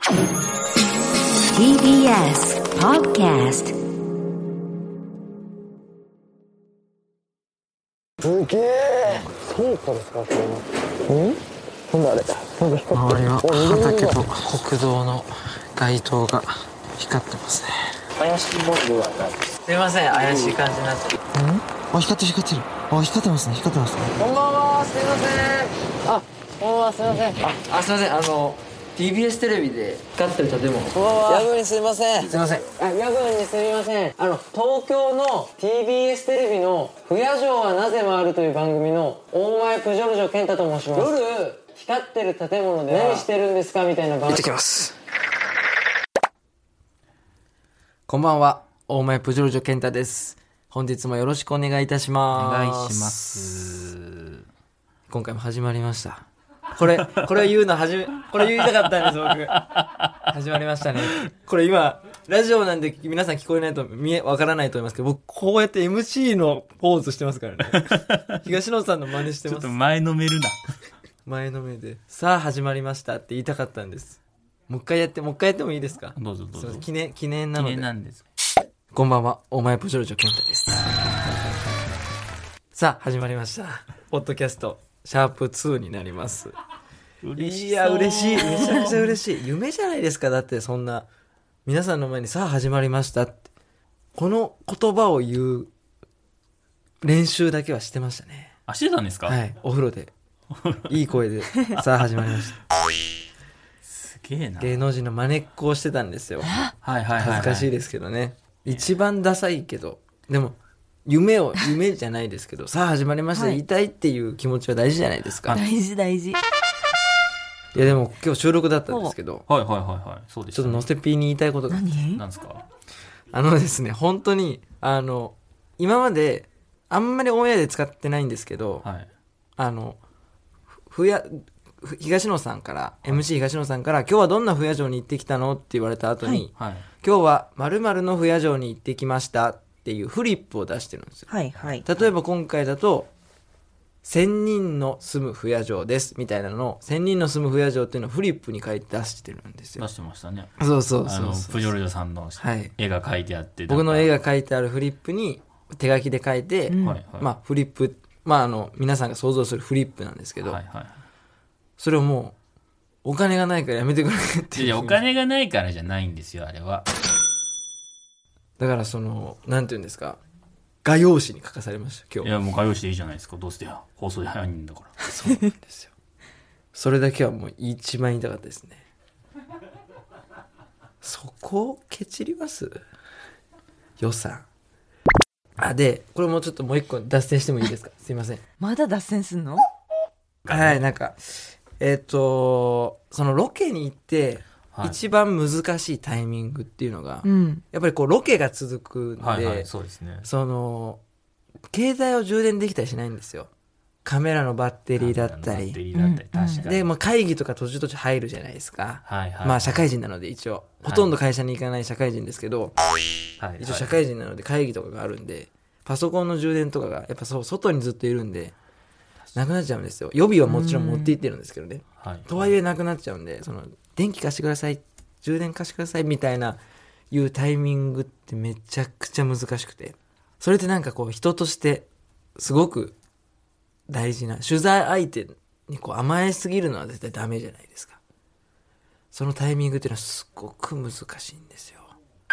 TBS Podcast。 すげえ。倉庫ですか、これは。なんだあれ。なんか光ってる。 周りは畑と国道の街灯が光ってますね。 怪しいものではないです。 すいません、怪しい感じになってる。あ、光ってる光ってる。あ、光ってますね、光ってますね。 こんばんは、すいません。あ、こんばんは、すいません。 すいません、TBS テレビで光ってる建物。 こんばんは。夜分にすいません。 すいません。 夜分にすみません。東京の TBS テレビの「不夜城はなぜ回る」という番組の大前プジョルジョ健太と申します。夜光ってる建物で何してるんですかみたいな番組。 行ってきます。こんばんは、大前プジョルジョ健太です。本日もよろしくお願いいたします。 お願いします。 今回も始まりました。これ言うのこれ言いたかったんです僕。始まりましたね。これ今ラジオなんで皆さん聞こえないとわからないと思いますけど、僕こうやって MC のポーズしてますからね。東野さんの真似してます。 ちょっと前のめるな。 前のめでさあ始まりましたって言いたかったんです。もう一回やってもいいですか。 どうぞどうぞ。 記念なので。 記念なんです。 こんばんは、お前プジョルジョ健太です。さあ始まりました。ポッドキャストシャープ2になります。 嬉しそう。 いや嬉しい、めちゃくちゃ嬉しい。夢じゃないですか。だってそんな皆さんの前にさあ始まりましたってこの言葉を言う練習だけはしてましたね。 あ、してたんですか。 はい、お風呂でいい声でさあ始まりました。 すげえな。 芸能人の真似っこをしてたんですよ。 はいはいはい、はい。 恥ずかしいですけどね。一番ダサいけど、でも夢じゃないですけどさあ始まりました、言いたいっていう気持ちは大事じゃないですか。 大事大事。 いやでも今日収録だったんですけど、 はいはいはいはい。そうです、 ちょっとのせぴーに言いたいことが何？ なんですか。 ですね、本当に今まであんまりオンエアで使ってないんですけど、 はい。 東野さんから、MC 東野さんから今日はどんな不夜城に行ってきたのって言われた後に、 はい。 今日は〇〇の不夜城に行ってきましたっていうフリップを出してるんですよ。 はいはい。 例えば今回だと1000人の住む不夜城ですみたいなのを1000人の住む不夜城っていうのをフリップに書いて出してるんですよ。 出してましたね。 そうプジョルジョさんのはい絵が描いてあって、 僕の絵が、 が書いてあるフリップに手書きで書いて、 はいはい。 フリップ、皆さんが想像するフリップなんですけど、 はいはい。 それをもうお金がないからやめてくれっていう。 いや、お金がないからじゃないんですよ、あれは。 だからなんていうんですか、画用紙に書かされました今日。 いや、もう画用紙でいいじゃないですか。どうして放送で早いんだから。 そうなんですよ。それだけはもう一番言いたかったですね。そこをケチります予算。でこれもうちょっともう一個脱線してもいいですか。すいません。 まだ脱線すんの？ はい、なんかそのロケに行ってはい一番難しいタイミングっていうのが、 うん。 やっぱりこうロケが続くんで、 はいはい、そうですね。 携帯を充電できたりしないんですよ。カメラのバッテリーだったバッテりリーだったり、確かに。 で、会議とか途中入るじゃないですか。 はいはい。 社会人なので一応ほとんど会社に行かない社会人ですけど、 はい、 一応社会人なので会議とかがあるんで、パソコンの充電とかがやっぱ外にずっといるんでなくなっちゃうんですよ。予備はもちろん持って行ってるんですけどね。 はい、 とはいえなくなっちゃうんで、電気貸してください、充電貸してくださいみたいないうタイミングってめちゃくちゃ難しくて、それってなんかこう人としてすごく大事な取材相手にこう甘えすぎるのは絶対ダメじゃないですか。そのタイミングっていうのはすごく難しいんですよ。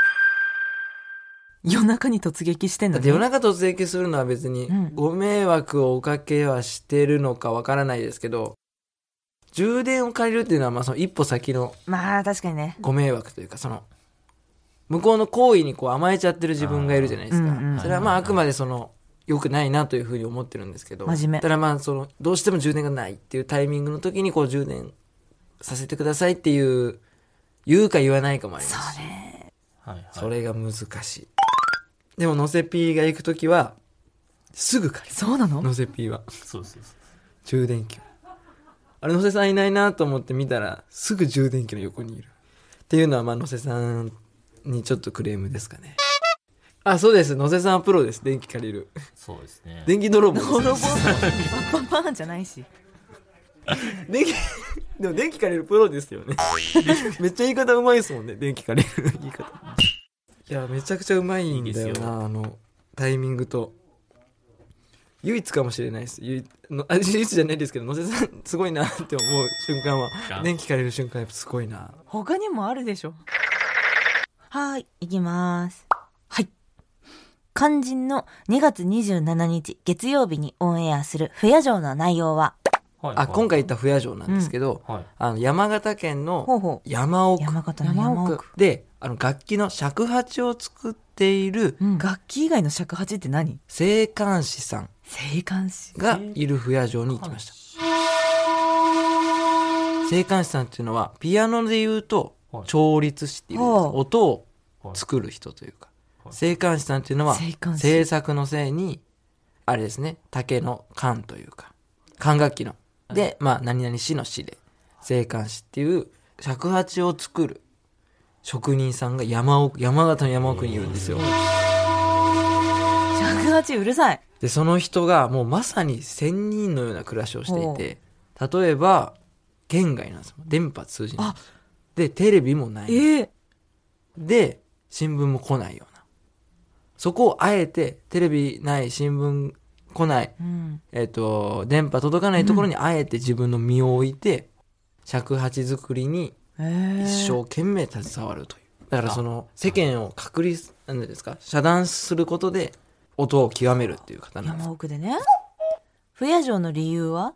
夜中に突撃してんのね。 だって夜中突撃するのは別にご迷惑をおかけはしてるのかわからないですけど、充電を借りるっていうのはその一歩先のまあ確かにね。 ご迷惑というか、向こうの行為にこう甘えちゃってる自分がいるじゃないですか。それはあくまで良くないなというふうに思ってるんですけど、 真面目。 ただどうしても充電がないっていうタイミングの時にこう充電させてくださいっていう言うか言わないかもありますし、 はいはい、 それが難しい。でものせピーが行く時はすぐ借りる。 そうなの？ のせピーはそうそうそう。 充電器を、あれのせさんいないなと思って見たらすぐ充電器の横にいるっていうのはのせさんにちょっとクレームですかね。そうです、のせさんはプロです。電気借りる。 そうですね。 電気泥棒です。 泥棒バンバンバンじゃないし。 電気でも電気借りるプロですよね。めっちゃ言い方うまいですもんね、電気借りる言い方。いや、めちゃくちゃうまいんだよいいですよな、タイミングと。唯一かもしれないです。唯一じゃないですけど、野瀬さんすごいなって思う瞬間は、電気借りる瞬間やっぱすごいな。 他にもあるでしょ。はーい、いきます。はい。肝心の2月27日月曜日にオンエアする不夜城の内容は、 はい今回言った不夜城なんですけど、 はい山形県のほうほう山奥山形の山奥で、楽器の尺八を作っている楽器以外の尺八って何？ 正管師さん正管師がいる不夜城に行きました。正管師さんっていうのはピアノで言うと調律師っていう音を作る人というか、正管師さんっていうのは制作のせいにあれですね、竹の管というか管楽器ので、何々師の師で正管師っていう尺八を作る職人さんが山形の山奥にいるんですよ。 尺八うるさい。 でその人がもうまさに仙人のような暮らしをしていて、例えば県外なんですよ。電波通じないで、テレビもない、で新聞も来ないような、そこをあえてテレビない新聞来ない、電波届かないところにあえて自分の身を置いて、尺八作りに一生懸命携わるという。だからその世間をなんですか、遮断することで音を極めるっていう方なんです。 山奥でね。不夜城の理由は？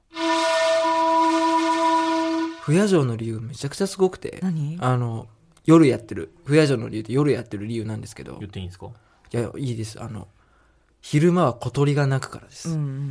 不夜城の理由めちゃくちゃすごくて、 何？ 夜やってる不夜城の理由って夜やってる理由なんですけど。 言っていいんですか？ いや、いいです。昼間は小鳥が鳴くからです。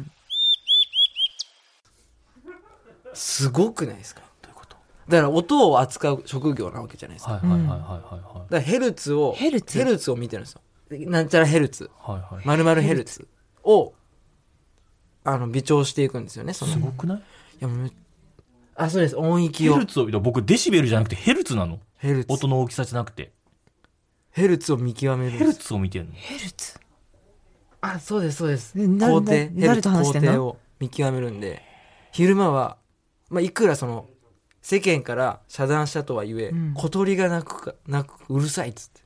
すごくないですか？ どういうこと？ だから音を扱う職業なわけじゃないですか。 はいはいはいはいはい。 だからヘルツを見てるんですよ。なんちゃらヘルツ、〇〇ヘルツを微調していくんですよね。すごくない？いやそうです。音域を。 ヘルツを、僕デシベルじゃなくてヘルツなの？ ヘルツ。 音の大きさじゃなくて。 ヘルツを見極めるんです。 ヘルツを見てるの？ ヘルツ。 そうですそうです。 工程、 ヘルツ工程を見極めるんで、昼間は、いくら世間から遮断したとはいえ、小鳥が鳴くうるさいっつって。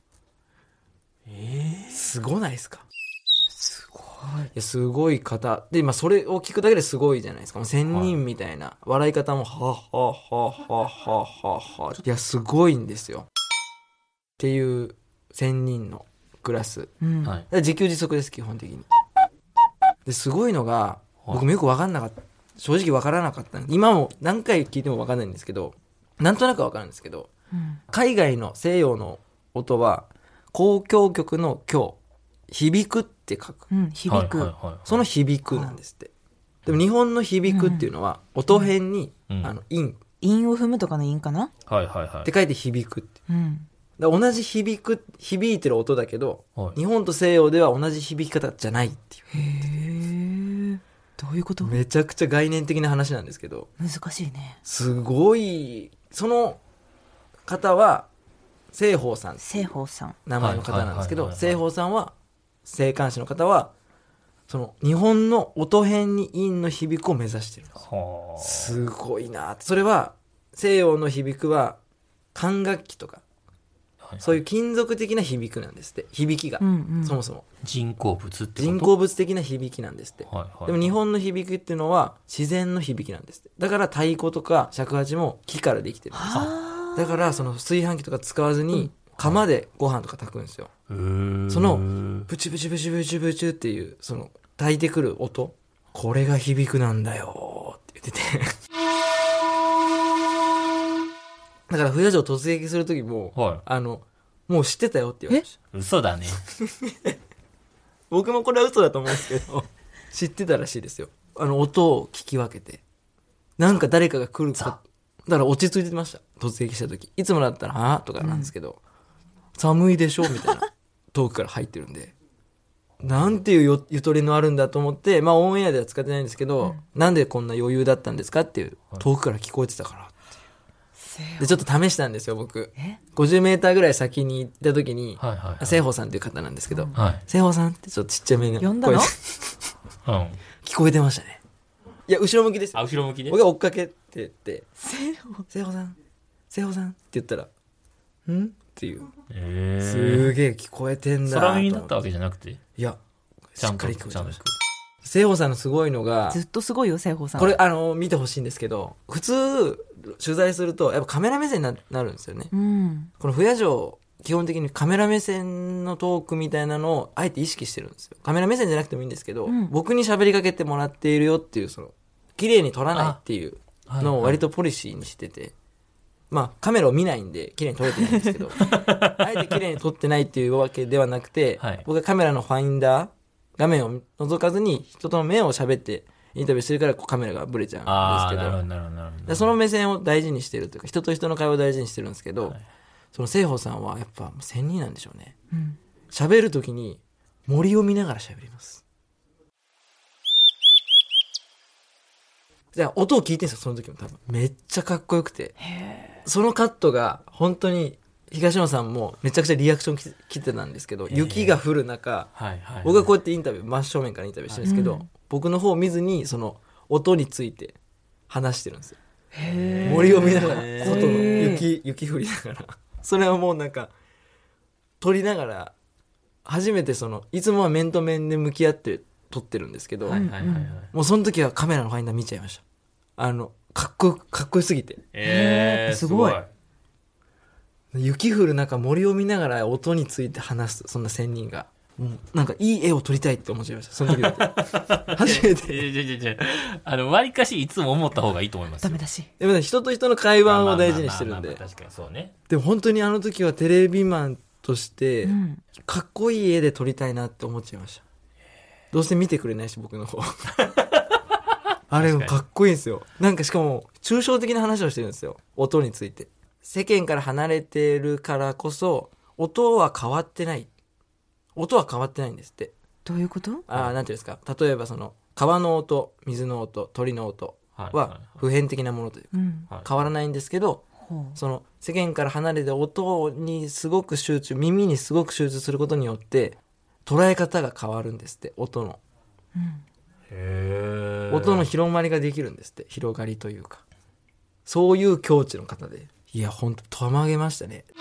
すごないですか？すごい。いや、すごい方で、それを聞くだけですごいじゃないですか。もう仙人みたいな、笑い方もはっはっはっはっはっは。いや、すごいんですよっていう仙人のクラス、自給自足です。基本的に。ですごいのが、僕もよく分かんなかった。正直分からなかった。今も何回聞いても分かんないんですけど、なんとなく分かるんですけど、海外の西洋の音は交響曲の響、響くって書く、 響く、 その響くなんですって。でも日本の響くっていうのは、音辺に、韻を踏むとかの韻かな、 って書いて響くって、だ同じ響いてる音だけど、日本と西洋では同じ響き方じゃないっていう。 どういうこと？ めちゃくちゃ概念的な話なんですけど、 難しいね。 すごい。その方は正方さん、名前の方なんですけど、正方さんは、正管師の方はその日本の音辺に韻の響くを目指してるんです。すごいな。それは西洋の響くは管楽器とか、そういう金属的な響くなんですって。響きが、そもそも人工物ってこと？ 人工物的な響きなんですって、でも日本の響きっていうのは自然の響きなんですって。だから太鼓とか尺八も木からできてるんです。だからその炊飯器とか使わずに釜でご飯とか炊くんですよ。そのブチブチブチブチブチっていうその炊いてくる音、これが響くなんだよって言っててだから不夜城突撃する時も、もう知ってたよって言われました。 嘘だね僕もこれは嘘だと思うんですけど知ってたらしいですよ。音を聞き分けて、なんか誰かが来るか、だから落ち着いてました。突撃した時いつもだったらはぁとかなんですけど、寒いでしょみたいな遠くから入ってるんで、なんていうゆとりのあるんだと思って、オンエアでは使ってないんですけど、なんでこんな余裕だったんですかっていう、遠くから聞こえてたからでちょっと試したんですよ。僕50メーターぐらい先に行った時に、正方さんっていう方なんですけど、正方さんってちょっとちっちゃめの呼んだの聞こえてましたね。 いや後ろ向きですよ。 あ、後ろ向きで。 僕が追っかけてって「聖穂さん聖穂さん」って言ったら「ん?」っていうすげえ聞こえてんだ空耳だったわけじゃなくて、 いやしっかり聞こえてました。 ち聖穂さんのすごいのがずっとすごいよ、聖宝さん。 これ見てほしいんですけど、普通取材するとやっぱカメラ目線になるんですよね。この不夜城基本的にカメラ目線のトークみたいなのをあえて意識してるんですよ。カメラ目線じゃなくてもいいんですけど、僕に喋りかけてもらっているよっていう、その綺麗に撮らないっていうのを割とポリシーにしてて、まあカメラを見ないんで綺麗に撮れてないんですけどあえて綺麗に撮ってないっていうわけではなくて、僕がカメラのファインダー画面を覗かずに人との目を喋ってインタビューしてるからカメラがブレちゃうんですけど、 なるほど。 その目線を大事にしてるというか、人と人の会話を大事にしてるんですけど、その聖宝さんはやっぱ仙人なんでしょうね。喋るときに森を見ながら喋ります。じゃあ音を聞いてるんですよ、その時も多分めっちゃかっこよくて、そのカットが本当に東野さんもめちゃくちゃリアクション来てたんですけど、雪が降る中、僕がこうやってインタビュー真正面からインタビューしてるんですけど、僕の方を見ずにその音について話してるんですよ。森を見ながら、外の雪降りながらそれはもうなんか撮りながら、初めていつもは面と面で向き合って撮ってるんですけど、もうその時はカメラのファインダー見ちゃいました。かっこよすぎて、 すごい。 雪降る中森を見ながら音について話す、そんな仙人がなんかいい絵を撮りたいって思っちゃいました、その時だって初めてわりかしいつも思った方がいいと思いますよ。 ダメだし。 でも、ね、人と人の会話を大事にしてるんで。 確かにそうね。 でも本当にあの時はテレビマンとしてかっこいい絵で撮りたいなって思っちゃいました。どうせ見てくれないし僕の方あれかっこいいんですよ。なんかしかも抽象的な話をしてるんですよ、音について。世間から離れてるからこそ音は変わってないんですって。 どういうこと？ なんていうんですか、例えば川の音、水の音、鳥の音は普遍的なものというか、変わらないんですけど、世間から離れて音にすごく耳にすごく集中することによって捉え方が変わるんですって。音の広まりができるんですって。広がりというか、そういう境地の方で、いやほんとたまげましたね。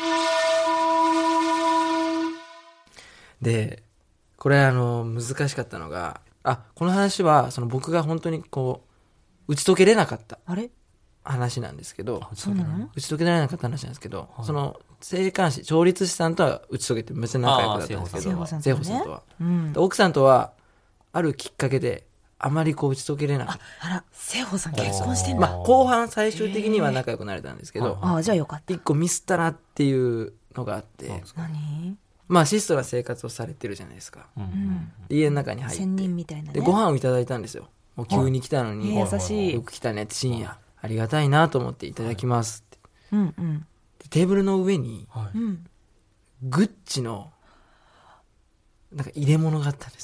でこれ難しかったのが、この話は僕が本当に打ち解けれなかった話なんですけど、 そうなの？ 打ち解けられなかった話なんですけど、正監視調律師さんとは打ち解けてめっちゃ仲良くだったんですけど、聖穂さんとは、奥さんとはあるきっかけであまり打ち解けれなかった。 あら、聖穂さん結婚してんだ。 後半最終的には仲良くなれたんですけど、 じゃあよかった。 一個ミスったなっていうのがあって、 何？ 質素な生活をされてるじゃないですか、家の中に入って仙人みたいなね。 でご飯をいただいたんですよ。もう急に来たのに、 優しい。 よく来たねって、深夜ありがたいなと思っていただきますって、でテーブルの上に、グッチのなんか入れ物があったんです。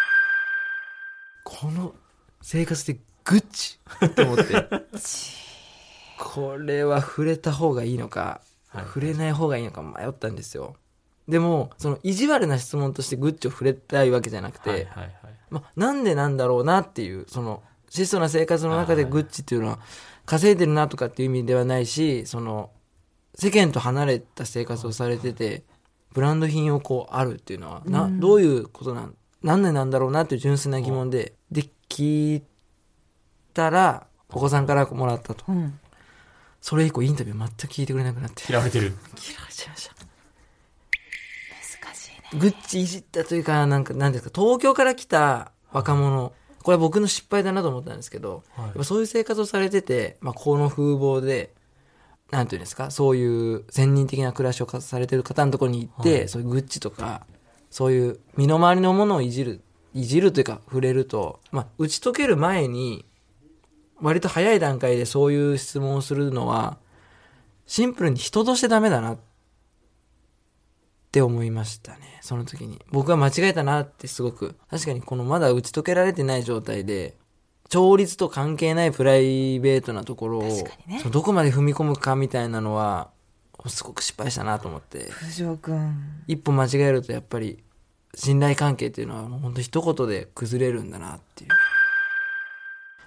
この生活でグッチと思ってこれは触れた方がいいのか、触れない方がいいのか迷ったんですよ。でも意地悪な質問としてグッチを触れたいわけじゃなくて、なんでなんだろうなっていう、質素な生活の中でグッチっていうのは稼いでるなとかっていう意味ではないし、世間と離れた生活をされててブランド品をあるっていうのはどういうことなんでなんだろうなっていう純粋な疑問で、聞いたらお子さんからもらったと、それ以降インタビュー全く聞いてくれなくなって、 嫌われてる。 嫌われちゃいました。 難しいね。 グッチいじったというか、なんですか、東京から来た若者、これは僕の失敗だなと思ったんですけど、やっぱそういう生活をされてて、この風貌でなんていうんですか、そういう仙人的な暮らしをされてる方のところに行って、そういうグッチとかそういう身の回りのものをいじるというか触れると、打ち解ける前に割と早い段階でそういう質問をするのはシンプルに人としてダメだなって思いましたね。その時に僕は間違えたなって、すごく確かにまだ打ち解けられてない状態で調律と関係ないプライベートなところを、どこまで踏み込むかみたいなのはすごく失敗したなと思って。 藤尾君、 一歩間違えるとやっぱり信頼関係っていうのはもう本当一言で崩れるんだなっていう。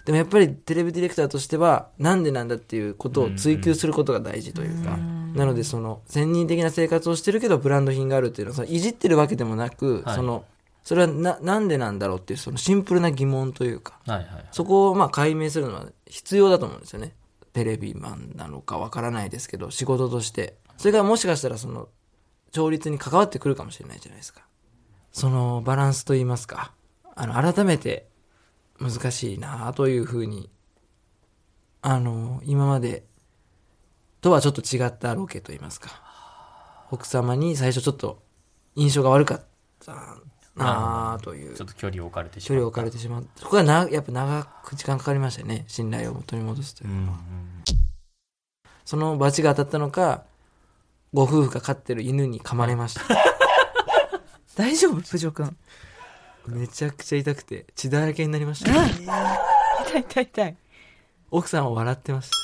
でもやっぱりテレビディレクターとしてはなんでなんだっていうことを追求することが大事というか、なのでその先人的な生活をしてるけどブランド品があるっていうのはそのいじってるわけでもなく、 はいそれはなんでなんだろうっていうそのシンプルな疑問というか、 はいはい。 そこをまあ解明するのは必要だと思うんですよね。テレビマンなのかわからないですけど仕事としてそれがもしかしたらその調律に関わってくるかもしれないじゃないですか。そのバランスといいますか、改めて難しいなというふうに今までとはちょっと違ったロケといいますか、奥様に最初ちょっと印象が悪かったなという、 ちょっと距離を置かれてしまう。 距離を置かれてしまう。そこがやっぱ長く時間かかりましたよね、信頼を取り戻すというのは。その罰が当たったのか、ご夫婦が飼ってる犬に噛まれました。 大丈夫プジョ君。 めちゃくちゃ痛くて血だらけになりました。 痛い痛い痛い。 奥さんは笑ってました。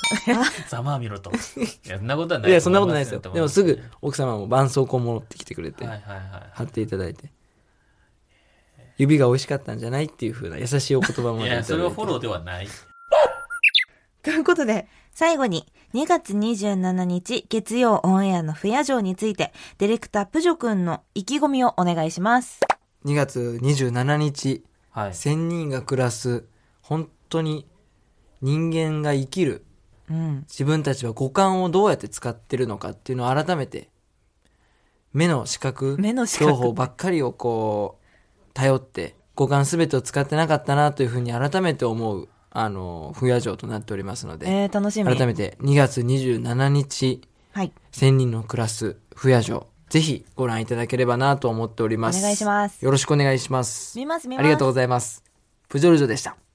ざまあみろと。いや、そんなことはないいや、そんなことないですよ。 と思でもすぐ奥様も絆創膏持ってきてくれて、 はいはいはい。 貼っていただいて。指が美味しかったんじゃないっていう風な優しいお言葉もいただいて。 いや、それはフォローではない。 ということで、最後に2月27日月曜オンエアの不夜城について、ディレクタープジョ君の意気込みをお願いします。 2月27日、 はい。 1000人が暮らす、本当に人間が生きる、自分たちは五感をどうやって使ってるのかっていうのを改めて、目の視覚情報ばっかりをこう頼って五感すべてを使ってなかったなというふうに改めて思う不夜城となっておりますので、 楽しみ。 改めて2月27日、 はい、 1000人の暮らす不夜城、ぜひご覧いただければなと思っております。 お願いします。 よろしくお願いします。 見ます。 ありがとうございます。プジョルジョでした。